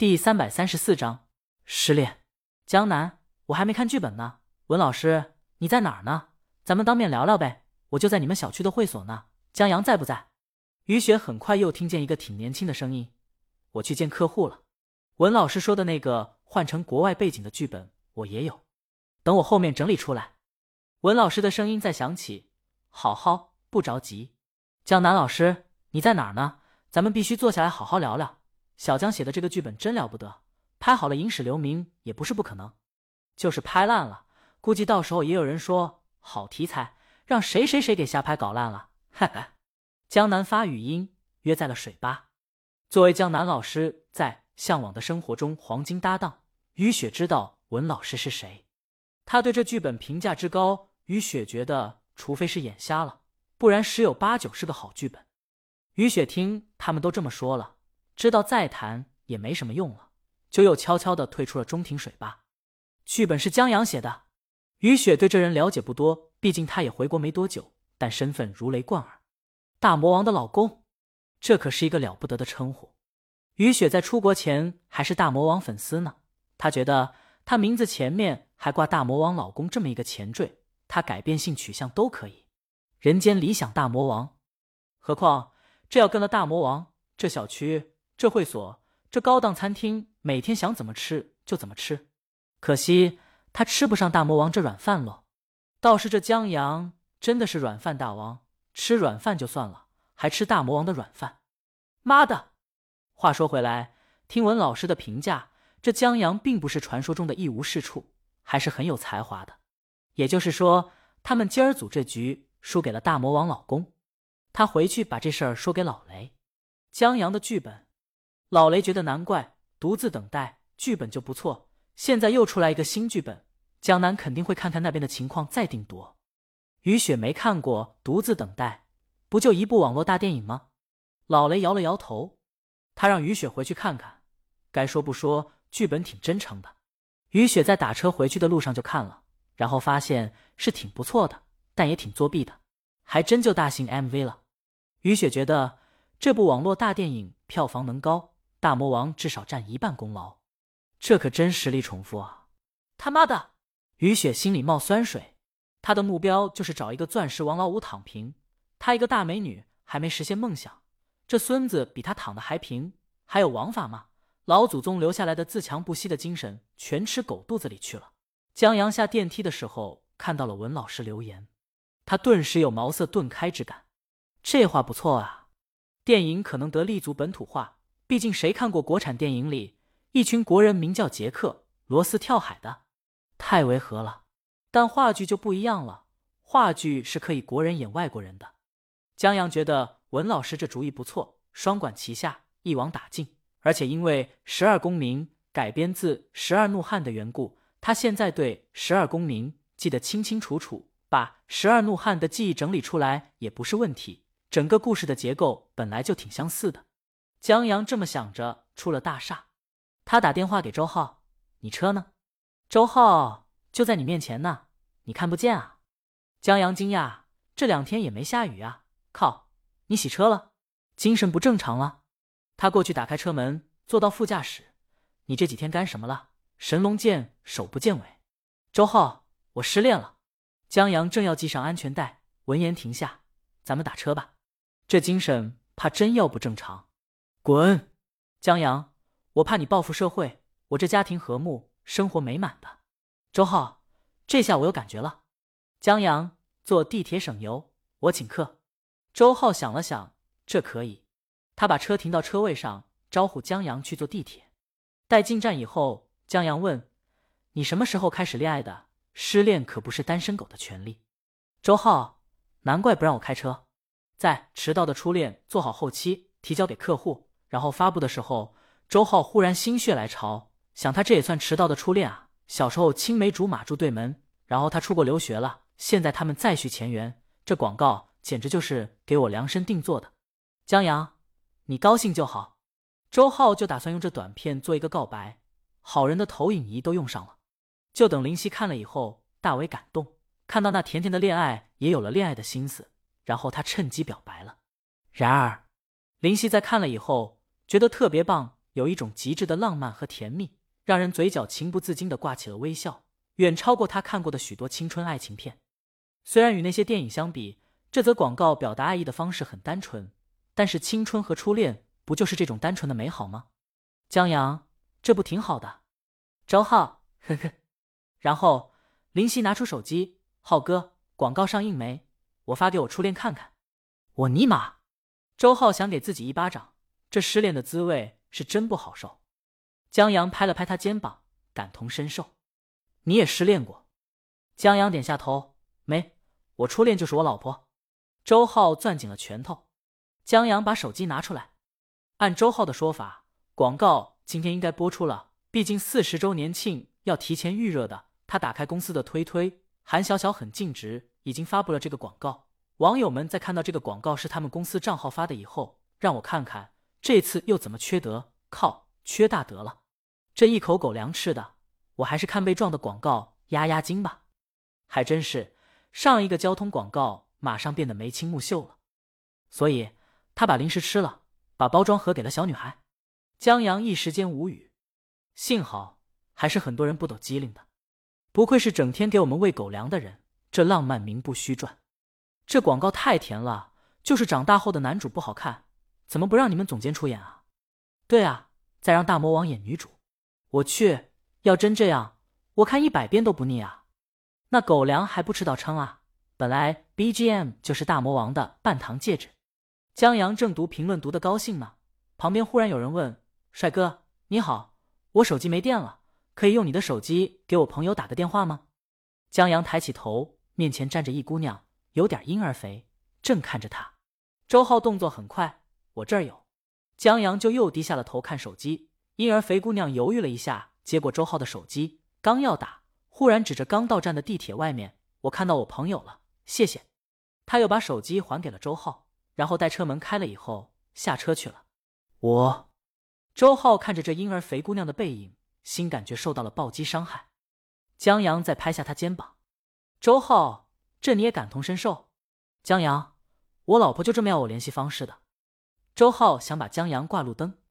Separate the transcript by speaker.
Speaker 1: 第334章失恋。江南，我还没看剧本呢。文老师，你在哪儿呢？咱们当面聊聊呗。我就在你们小区的会所呢。江阳在不在？于雪很快又听见一个挺年轻的声音。我去见客户了。文老师说的那个换成国外背景的剧本我也有，等我后面整理出来。文老师的声音再响起。好，不着急。江南老师，你在哪儿呢？咱们必须坐下来好好聊聊。小江写的这个剧本真了不得，拍好了影史留名也不是不可能，就是拍烂了，估计到时候也有人说好题材，让谁给瞎拍搞烂了。哈哈。江南发语音约在了水吧。作为江南老师在向往的生活中黄金搭档，于雪知道文老师是谁。他对这剧本评价之高，于雪觉得除非是眼瞎了，不然十有八九是个好剧本。于雪听他们都这么说了，知道再谈也没什么用了，就又悄悄地退出了中庭水吧。剧本是江阳写的。于雪对这人了解不多，毕竟他也回国没多久，但身份如雷贯耳。大魔王的老公，这可是一个了不得的称呼。于雪在出国前还是大魔王粉丝呢，她觉得她名字前面还挂大魔王老公这么一个前缀，她改变性取向都可以。人间理想大魔王。何况这要跟了大魔王，这小区，这会所，这高档餐厅，每天想怎么吃就怎么吃。可惜他吃不上大魔王这软饭喽。倒是这江阳真的是软饭大王，吃软饭就算了，还吃大魔王的软饭。妈的！话说回来，听文老师的评价，这江阳并不是传说中的一无是处，还是很有才华的。也就是说，他们今儿组这局输给了大魔王老公。他回去把这事儿说给老雷。江阳的剧本，老雷觉得难怪，独自等待剧本就不错，现在又出来一个新剧本，江南肯定会看看那边的情况再定夺。于雪没看过独自等待，不就一部网络大电影吗？老雷摇了摇头，他让于雪回去看看。该说不说，剧本挺真诚的。于雪在打车回去的路上就看了，然后发现是挺不错的，但也挺作弊的，还真就大型 MV 了。于雪觉得这部网络大电影票房能高，大魔王至少占一半功劳，这可真实力重复啊！他妈的！于雪心里冒酸水。她的目标就是找一个钻石王老五躺平，她一个大美女还没实现梦想，这孙子比她躺得还平，还有王法吗？老祖宗留下来的自强不息的精神全吃狗肚子里去了。江阳下电梯的时候看到了文老师留言，他顿时有茅塞顿开之感。这话不错啊，电影可能得立足本土化，毕竟谁看过国产电影里一群国人名叫杰克、罗斯跳海的？太违和了。但话剧就不一样了，话剧是可以国人演外国人的。江阳觉得文老师这主意不错，双管齐下，一网打尽。而且因为《十二公民》改编自《十二怒汉》的缘故，他现在对《十二公民》记得清清楚楚，把《十二怒汉》的记忆整理出来也不是问题。整个故事的结构本来就挺相似的。江阳这么想着，出了大厦。他打电话给周浩：“你车呢？”周浩：“就在你面前呢，你看不见啊？”江阳惊讶：“这2天也没下雨啊，靠，你洗车了？精神不正常了？”他过去打开车门，坐到副驾驶：“你这几天干什么了？神龙见首不见尾。”周浩：“我失恋了。”江阳正要系上安全带，闻言停下：“咱们打车吧。这精神怕真要不正常。”滚！江阳，我怕你报复社会，我这家庭和睦，生活美满的。周浩，这下我有感觉了。江阳，坐地铁省油，我请客。周浩想了想，这可以。他把车停到车位上，招呼江阳去坐地铁。待进站以后，江阳问：“你什么时候开始恋爱的？失恋可不是单身狗的权利。”周浩，难怪不让我开车。在《迟到的初恋》做好后期，提交给客户，然后发布的时候，周浩忽然心血来潮，想他这也算迟到的初恋啊。小时候青梅竹马住对门，然后他出国留学了，现在他们再续前缘，这广告简直就是给我量身定做的。江阳，你高兴就好。周浩就打算用这短片做一个告白，好人的投影仪都用上了。就等林夕看了以后大为感动，看到那甜甜的恋爱也有了恋爱的心思，然后他趁机表白了。然而林夕在看了以后觉得特别棒， 有一种极致的浪漫和甜蜜，让人嘴角情不自禁地挂起了微笑，远超过他看过的许多青春爱情片。虽然与那些电影相比，这则广告表达爱意的方式很单纯，但是青春和初恋不就是这种单纯的美好吗？江阳，这不挺好的？周浩，呵呵。然后林夕拿出手机，浩哥，广告上映没？我发给我初恋看看。我尼玛！周浩想给自己一巴掌，这失恋的滋味是真不好受。江阳拍了拍他肩膀，感同身受。你也失恋过？江阳点下头，没，我初恋就是我老婆。周浩攥紧了拳头。江阳把手机拿出来，按周浩的说法，广告今天应该播出了，毕竟40周年庆要提前预热的。他打开公司的推，韩小小很尽职，已经发布了这个广告。网友们在看到这个广告是他们公司账号发的以后，让我看看这次又怎么缺德，靠，缺大德了。这一口狗粮吃的，我还是看被撞的广告压惊吧。还真是，上一个交通广告马上变得眉清目秀了。所以他把零食吃了，把包装盒给了小女孩。江阳一时间无语，幸好还是很多人不抖机灵的。不愧是整天给我们喂狗粮的人，这浪漫名不虚传。这广告太甜了，就是长大后的男主不好看，怎么不让你们总监出演啊？对啊，再让大魔王演女主。我去，要真这样，我看100遍都不腻啊。那狗粮还不吃到撑啊？本来 BGM 就是大魔王的半糖戒指。江阳正读评论读得高兴呢，旁边忽然有人问：帅哥，你好，我手机没电了，可以用你的手机给我朋友打个电话吗？江阳抬起头，面前站着一姑娘，有点婴儿肥，正看着他。周浩动作很快，我这儿有。江阳就又低下了头看手机。婴儿肥姑娘犹豫了一下，接过周浩的手机，刚要打，忽然指着刚到站的地铁外面，我看到我朋友了，谢谢。他又把手机还给了周浩，然后待车门开了以后下车去了。周浩看着这婴儿肥姑娘的背影，心感觉受到了暴击伤害。江阳再拍下他肩膀，周浩，这你也感同身受？江阳，我老婆就这么要我联系方式的。周浩想把江阳挂路灯。